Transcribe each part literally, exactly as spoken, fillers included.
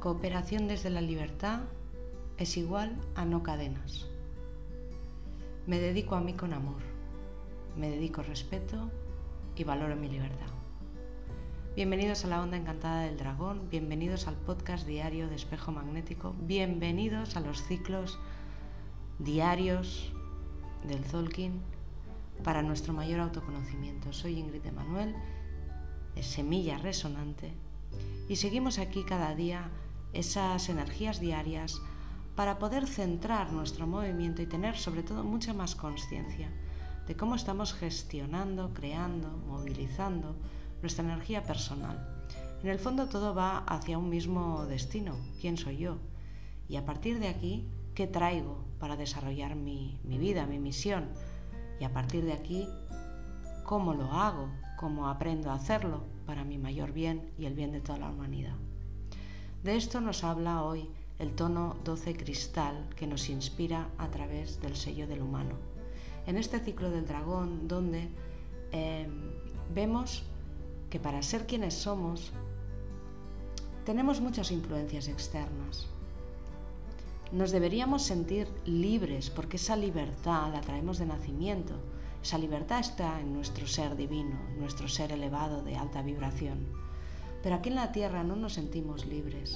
Cooperación desde la libertad es igual a no cadenas. Me dedico a mí con amor, me dedico respeto y valoro mi libertad. Bienvenidos a la onda encantada del dragón, bienvenidos al podcast diario de Espejo Magnético, bienvenidos a los ciclos diarios del Tzolk'in para nuestro mayor autoconocimiento. Soy Ingrid Emanuel, es Semilla Resonante, y seguimos aquí cada día esas energías diarias para poder centrar nuestro movimiento y tener sobre todo mucha más conciencia de cómo estamos gestionando, creando, movilizando nuestra energía personal. En el fondo todo va hacia un mismo destino, quién soy yo, y a partir de aquí, qué traigo para desarrollar mi, mi vida, mi misión, y a partir de aquí, cómo lo hago, cómo aprendo a hacerlo para mi mayor bien y el bien de toda la humanidad. De esto nos habla hoy el tono doce cristal que nos inspira a través del sello del humano. En este ciclo del dragón, donde eh, vemos que para ser quienes somos tenemos muchas influencias externas. Nos deberíamos sentir libres porque esa libertad la traemos de nacimiento. Esa libertad está en nuestro ser divino, en nuestro ser elevado de alta vibración. Pero aquí en la Tierra no nos sentimos libres.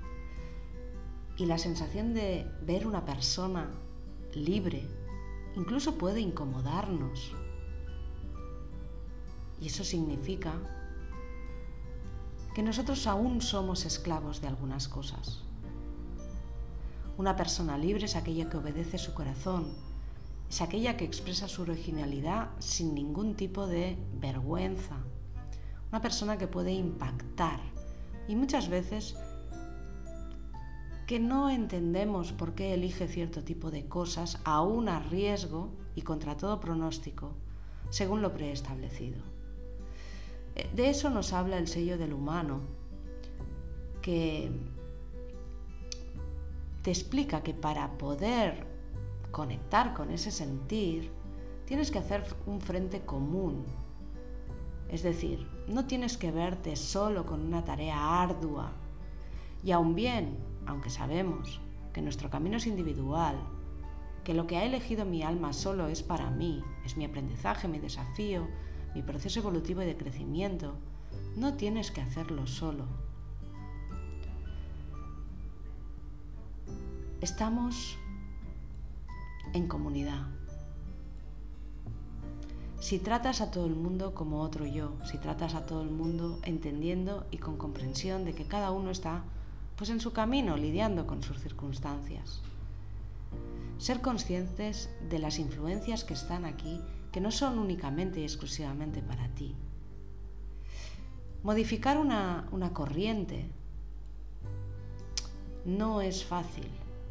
Y la sensación de ver una persona libre incluso puede incomodarnos. Y eso significa que nosotros aún somos esclavos de algunas cosas. Una persona libre es aquella que obedece su corazón, es aquella que expresa su originalidad sin ningún tipo de vergüenza. Una persona que puede impactar y muchas veces que no entendemos por qué elige cierto tipo de cosas aún a riesgo y contra todo pronóstico, según lo preestablecido. De eso nos habla el sello del humano, que te explica que para poder conectar con ese sentir, tienes que hacer un frente común. Es decir, no tienes que verte solo con una tarea ardua. Y aun bien, aunque sabemos que nuestro camino es individual, que lo que ha elegido mi alma solo es para mí, es mi aprendizaje, mi desafío, mi proceso evolutivo y de crecimiento, no tienes que hacerlo solo. Estamos en comunidad. Si tratas a todo el mundo como otro yo, si tratas a todo el mundo entendiendo y con comprensión de que cada uno está pues en su camino, lidiando con sus circunstancias. Ser conscientes de las influencias que están aquí, que no son únicamente y exclusivamente para ti. Modificar una, una corriente no es fácil,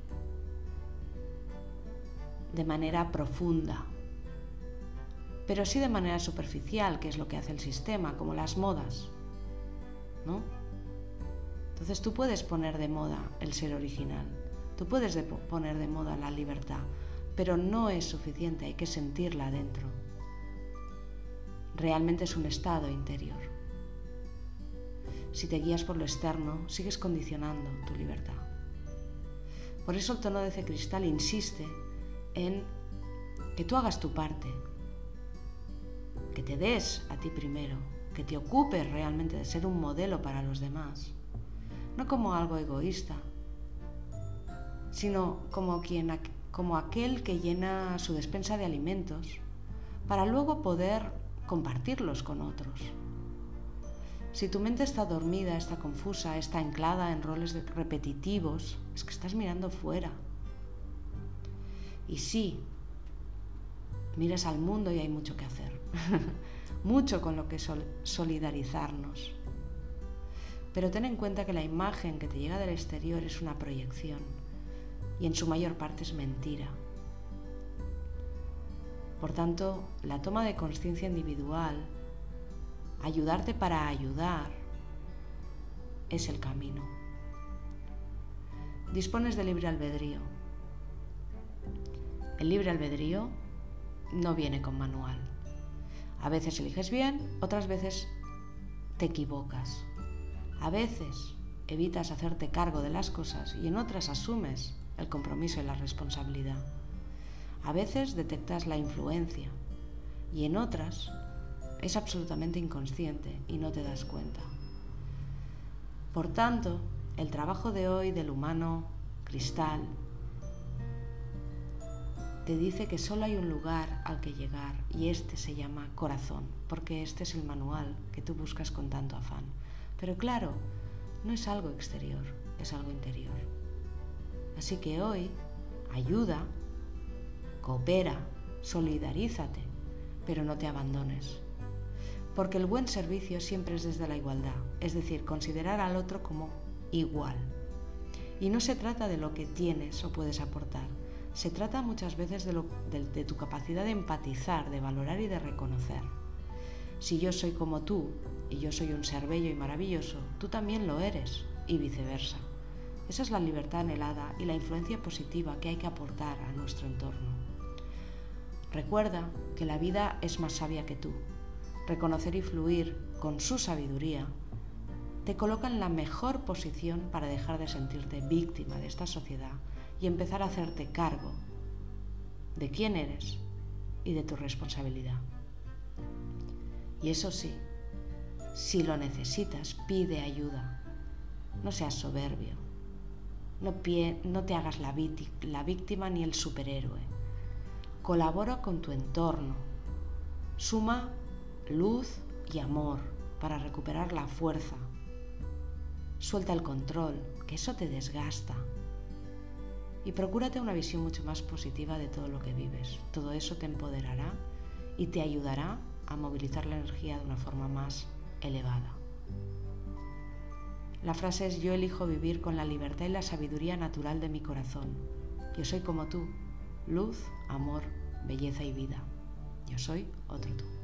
de manera profunda, pero sí de manera superficial, que es lo que hace el sistema, como las modas, ¿no? Entonces tú puedes poner de moda el ser original, tú puedes de poner de moda la libertad, pero no es suficiente, hay que sentirla dentro. Realmente es un estado interior. Si te guías por lo externo, sigues condicionando tu libertad. Por eso el tono de ese cristal insiste en que tú hagas tu parte, que te des a ti primero, que te ocupes realmente de ser un modelo para los demás, no como algo egoísta, sino como, quien, como aquel que llena su despensa de alimentos para luego poder compartirlos con otros. Si tu mente está dormida, está confusa, está anclada en roles repetitivos, es que estás mirando fuera. Y sí, miras al mundo y hay mucho que hacer, mucho con lo que sol- solidarizarnos. Pero ten en cuenta que la imagen que te llega del exterior es una proyección y en su mayor parte es mentira. Por tanto, la toma de conciencia individual, ayudarte para ayudar, es el camino. Dispones de libre albedrío. El libre albedrío no viene con manual. A veces eliges bien, otras veces te equivocas. A veces evitas hacerte cargo de las cosas y en otras asumes el compromiso y la responsabilidad. A veces detectas la influencia y en otras es absolutamente inconsciente y no te das cuenta. Por tanto, el trabajo de hoy del humano cristal te dice que solo hay un lugar al que llegar y este se llama corazón, porque este es el manual que tú buscas con tanto afán. Pero claro, no es algo exterior, es algo interior. Así que hoy, ayuda, coopera, solidarízate, pero no te abandones. Porque el buen servicio siempre es desde la igualdad, es decir, considerar al otro como igual. Y no se trata de lo que tienes o puedes aportar, se trata muchas veces de, lo, de, de tu capacidad de empatizar, de valorar y de reconocer. Si yo soy como tú y yo soy un ser bello y maravilloso, tú también lo eres y viceversa. Esa es la libertad anhelada y la influencia positiva que hay que aportar a nuestro entorno. Recuerda que la vida es más sabia que tú. Reconocer y fluir con su sabiduría te coloca en la mejor posición para dejar de sentirte víctima de esta sociedad y empezar a hacerte cargo de quién eres y de tu responsabilidad. Y eso sí, si lo necesitas, pide ayuda. No seas soberbio. No, pie, no te hagas la, la víctima ni el superhéroe. Colabora con tu entorno. Suma luz y amor para recuperar la fuerza. Suelta el control, que eso te desgasta. Y procúrate una visión mucho más positiva de todo lo que vives. Todo eso te empoderará y te ayudará a movilizar la energía de una forma más elevada. La frase es: yo elijo vivir con la libertad y la sabiduría natural de mi corazón. Yo soy como tú, luz, amor, belleza y vida. Yo soy otro tú.